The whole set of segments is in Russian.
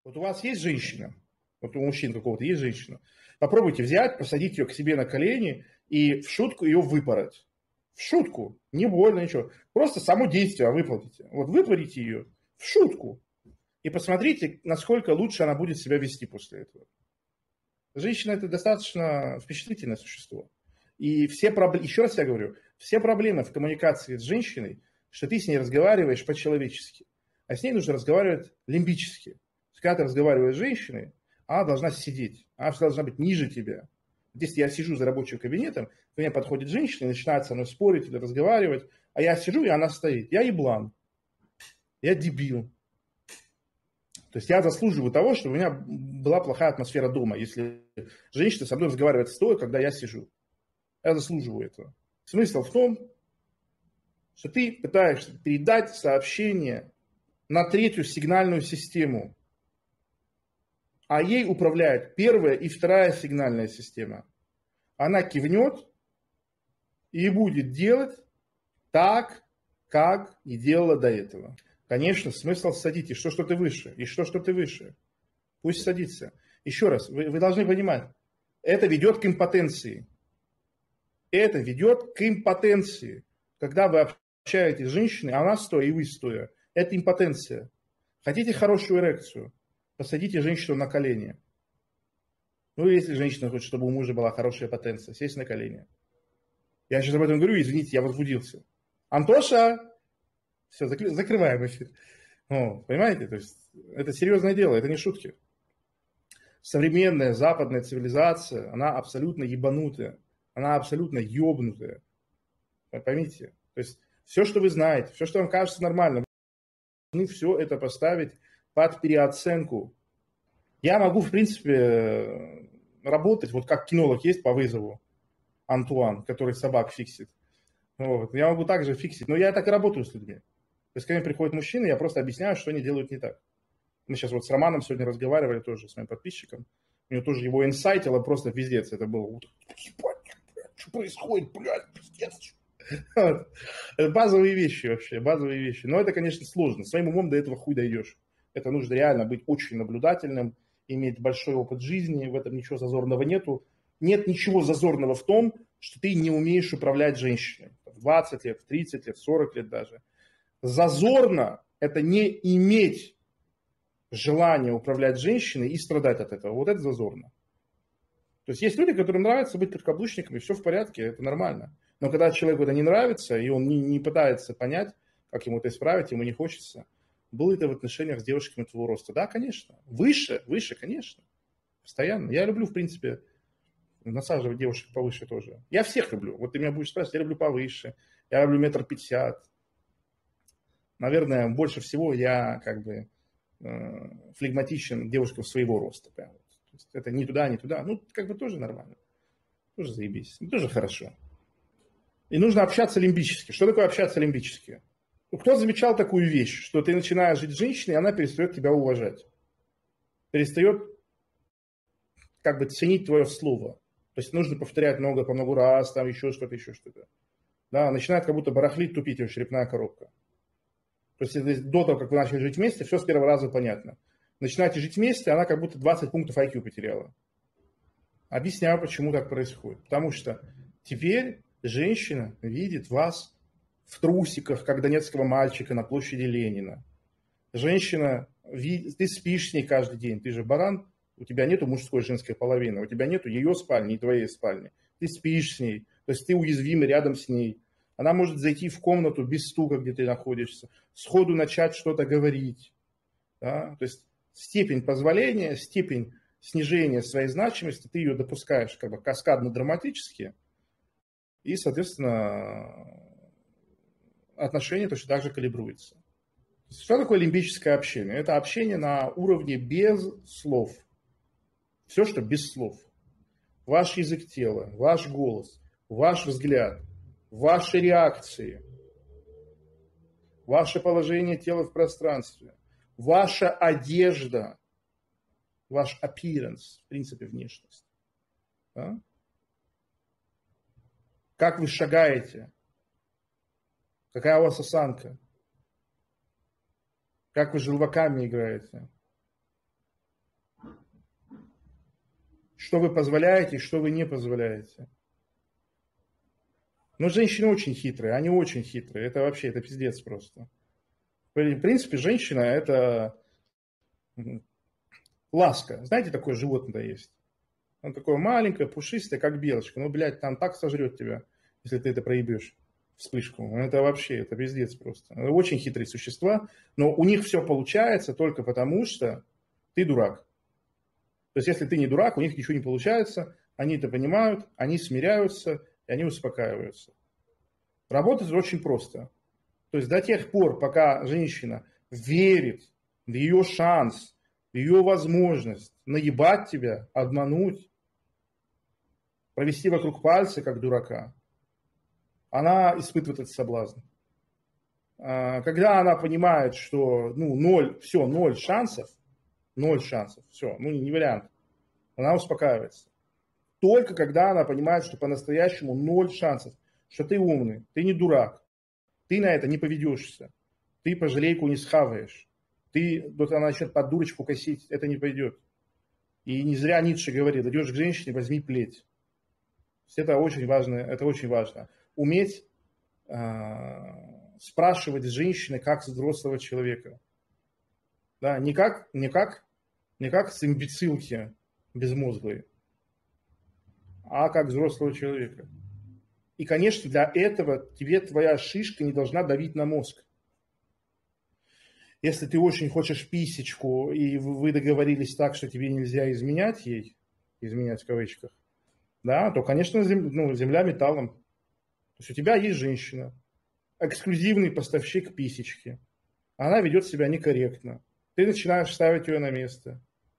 Вот у вас есть женщина, вот у мужчин какого-то есть женщина, попробуйте взять, посадить ее к себе на колени и в шутку ее выпороть. В шутку, не больно, ничего. Просто само действие выплатите. Вот выпорите ее в шутку. И посмотрите, насколько лучше она будет себя вести после этого. Женщина – это достаточно впечатлительное существо. И все проблемы, еще раз я говорю, все проблемы в коммуникации с женщиной, что ты с ней разговариваешь по-человечески, а с ней нужно разговаривать лимбически. Когда ты разговариваешь с женщиной, она должна сидеть, она всегда должна быть ниже тебя. Если я сижу за рабочим кабинетом, ко мне подходит женщина и начинает со мной спорить или разговаривать, а я сижу, и она стоит. Я еблан, я дебил. То есть я заслуживаю того, чтобы у меня была плохая атмосфера дома, если женщина со мной разговаривает стоя, когда я сижу. Я заслуживаю этого. Смысл в том, что ты пытаешься передать сообщение на третью сигнальную систему, а ей управляет первая и вторая сигнальная система. Она кивнет и будет делать так, как и делала до этого. Конечно, смысл садитесь, что ты выше, и что ты выше. Пусть садится. Еще раз, вы должны понимать, это ведет к импотенции. Это ведет к импотенции. Когда вы общаетесь с женщиной, она стоя и вы стоя, это импотенция. Хотите хорошую эрекцию? Посадите женщину на колени. Ну, если женщина хочет, чтобы у мужа была хорошая потенция, сесть на колени. Я сейчас об этом говорю, извините, я возбудился. Антоша! Все, закрываем эфир. Ну, понимаете, то есть это серьезное дело, это не шутки. Современная западная цивилизация, она абсолютно ебанутая, она абсолютно ебнутая. Поймите, то есть все, что вы знаете, все, что вам кажется нормальным, вы должны все это поставить под переоценку. Я могу, в принципе, работать, вот как кинолог есть по вызову, Антуан, который собак фиксит. Вот. Я могу также фиксить, но я так и работаю с людьми. То есть, ко мне приходят мужчины, я просто объясняю, что они делают не так. Мы сейчас вот с Романом сегодня разговаривали тоже, с моим подписчиком. У него тоже его инсайтило просто пиздец. Это было, что происходит, блядь, пиздец. Вот. Это базовые вещи вообще, базовые вещи. Но это, конечно, сложно. Своим умом до этого хуй дойдешь. Это нужно реально быть очень наблюдательным, иметь большой опыт жизни, в этом ничего зазорного нету. Нет ничего зазорного в том, что ты не умеешь управлять женщиной. В 20 лет, в 30 лет, в 40 лет даже. Зазорно это не иметь желание управлять женщиной и страдать от этого. Вот это зазорно. То есть люди, которым нравится быть подкаблучником, и все в порядке, это нормально. Но когда человеку это не нравится, и он не пытается понять, как ему это исправить, ему не хочется, было это в отношениях с девушками твоего роста? Да, конечно. Выше, конечно. Постоянно. Я люблю, в принципе, насаживать девушек повыше тоже. Я всех люблю. Вот ты меня будешь спрашивать, я люблю повыше. Я люблю 1,50 м. Наверное, больше всего я как бы флегматичен девушкам своего роста. Прям. То есть это ни туда, ни туда. Ну, как бы тоже нормально. Тоже заебись. Тоже хорошо. И нужно общаться лимбически. Что такое общаться лимбически? Кто замечал такую вещь, что ты начинаешь жить с женщиной, и она перестает тебя уважать? Перестает как бы ценить твое слово. То есть нужно повторять по много раз, там еще что-то. Да, начинает как будто барахлить, тупить ее черепная коробка. То есть до того, как вы начали жить вместе, все с первого раза понятно. Начинаете жить вместе, она как будто 20 пунктов IQ потеряла. Объясняю, почему так происходит. Потому что теперь женщина видит вас в трусиках, как донецкого мальчика на площади Ленина. Женщина, ты спишь с ней каждый день, ты же баран, у тебя нету мужской и женской половины, у тебя нету ее спальни и твоей спальни. Ты спишь с ней, то есть ты уязвимый рядом с ней. Она может зайти в комнату без стука, где ты находишься, сходу начать что-то говорить. Да? То есть степень позволения, степень снижения своей значимости, ты ее допускаешь как бы каскадно-драматически, и, соответственно, отношения точно так же калибруются. Что такое лимбическое общение? Это общение на уровне без слов. Все, что без слов. Ваш язык тела, ваш голос, ваш взгляд, ваши реакции, ваше положение тела в пространстве, ваша одежда, ваш appearance, в принципе, внешность. Да? Как вы шагаете, какая у вас осанка, как вы желваками играете, что вы позволяете и что вы не позволяете. Но женщины очень хитрые, они очень хитрые. Это вообще, это пиздец просто. В принципе, женщина – это ласка. Знаете, такое животное есть? Оно такое маленькое, пушистое, как белочка. Ну, блядь, там так сожрет тебя, если ты это проебешь. Вспышку. Это вообще, это пиздец просто. Это очень хитрые существа, но у них все получается только потому, что ты дурак. То есть, если ты не дурак, у них ничего не получается, они это понимают, они смиряются, и они успокаиваются. Работает очень просто. То есть, до тех пор, пока женщина верит в ее шанс, в ее возможность наебать тебя, обмануть, провести вокруг пальца, как дурака, она испытывает этот соблазн. Когда она понимает, что ноль шансов, все, не вариант, она успокаивается. Только когда она понимает, что по-настоящему 0 шансов, что ты умный, ты не дурак, ты на это не поведешься, ты по жалейку не схаваешь, она начнет под дурочку косить, это не пойдет. И не зря Ницше говорит, идешь к женщине, возьми плеть. Это очень важно, это очень важно. Уметь спрашивать с женщины, как с взрослого человека. Да, не как с имбецилки безмозглой, а как взрослого человека. И, конечно, для этого тебе твоя шишка не должна давить на мозг. Если ты очень хочешь писечку, и вы договорились так, что тебе нельзя изменять ей, изменять в кавычках, да, то, конечно, земля металлом. То есть у тебя есть женщина, эксклюзивный поставщик писечки. Она ведет себя некорректно. Ты начинаешь ставить ее на место.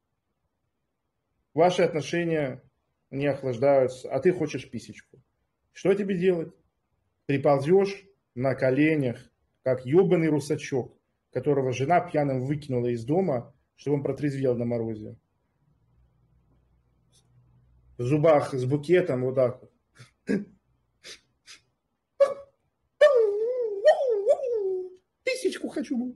Ваши отношения не охлаждаются, а ты хочешь писечку. Что тебе делать? Приползешь на коленях, как ебаный русачок, которого жена пьяным выкинула из дома, чтобы он протрезвел на морозе. В зубах с букетом вот так вот. Писечку хочу.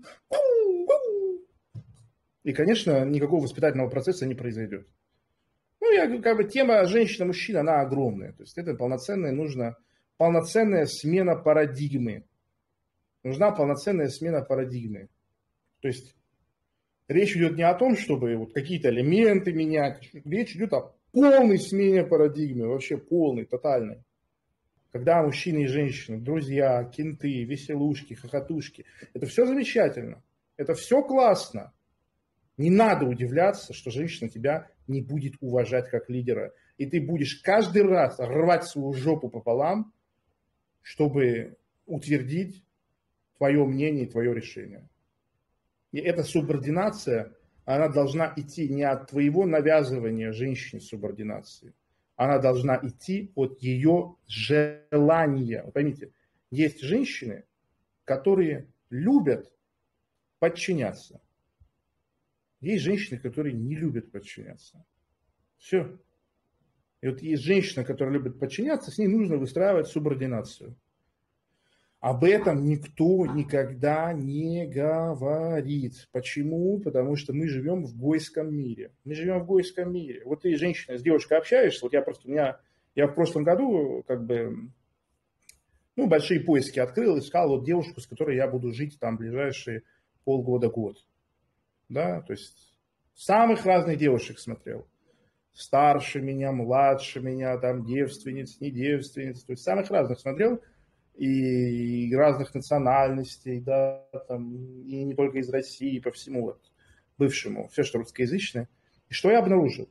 И, конечно, никакого воспитательного процесса не произойдет. Тема женщина-мужчина, она огромная. То есть это полноценная смена парадигмы. Нужна полноценная смена парадигмы. То есть речь идет не о том, чтобы вот какие-то элементы менять. Речь идет о полной смене парадигмы. Вообще полной, тотальной. Когда мужчины и женщины, друзья, кенты, веселушки, хохотушки. Это все замечательно. Это все классно. Не надо удивляться, что женщина тебя не будет уважать как лидера. И ты будешь каждый раз рвать свою жопу пополам, чтобы утвердить твое мнение и твое решение. И эта субординация, она должна идти не от твоего навязывания женщине субординации. Она должна идти от ее желания. Вы поймите, есть женщины, которые любят подчиняться. Есть женщины, которые не любят подчиняться. Все. И вот есть женщина, которая любит подчиняться, с ней нужно выстраивать субординацию. Об этом никто никогда не говорит. Почему? Потому что мы живем в гойском мире. Мы живем в гойском мире. Вот ты, женщина, с девушкой общаешься, вот я в прошлом году большие поиски открыл, искал вот девушку, с которой я буду жить там ближайшие полгода-год. Да, то есть самых разных девушек смотрел. Старше меня, младше меня, там девственниц, не девственниц. То есть самых разных смотрел и разных национальностей, да, там, и не только из России, по всему вот бывшему, все, что русскоязычное. И что я обнаружил?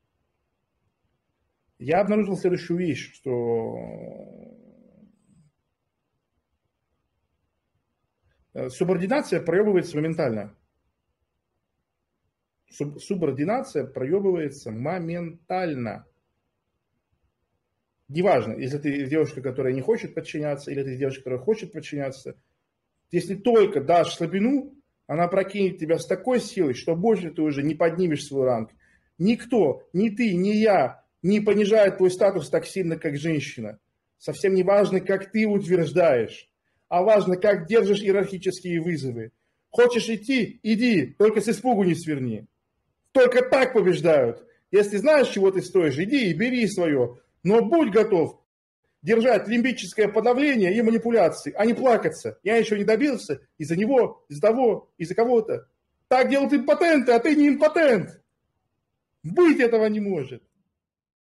Я обнаружил следующую вещь, что субординация проебывается моментально. Субординация проебывается моментально. Неважно, если ты девушка, которая не хочет подчиняться, или ты девушка, которая хочет подчиняться. Если только дашь слабину, она прокинет тебя с такой силой, что больше ты уже не поднимешь свой ранг. Никто, ни ты, ни я не понижает твой статус так сильно, как женщина. Совсем не важно, как ты утверждаешь, а важно, как держишь иерархические вызовы. Хочешь идти – иди, только с испугу не сверни. Только так побеждают. Если знаешь, чего ты стоишь, иди и бери свое. Но будь готов держать лимбическое подавление и манипуляции, а не плакаться. Я еще не добился из-за него, из-за того, из-за кого-то. Так делают импотенты, а ты не импотент. Быть этого не может.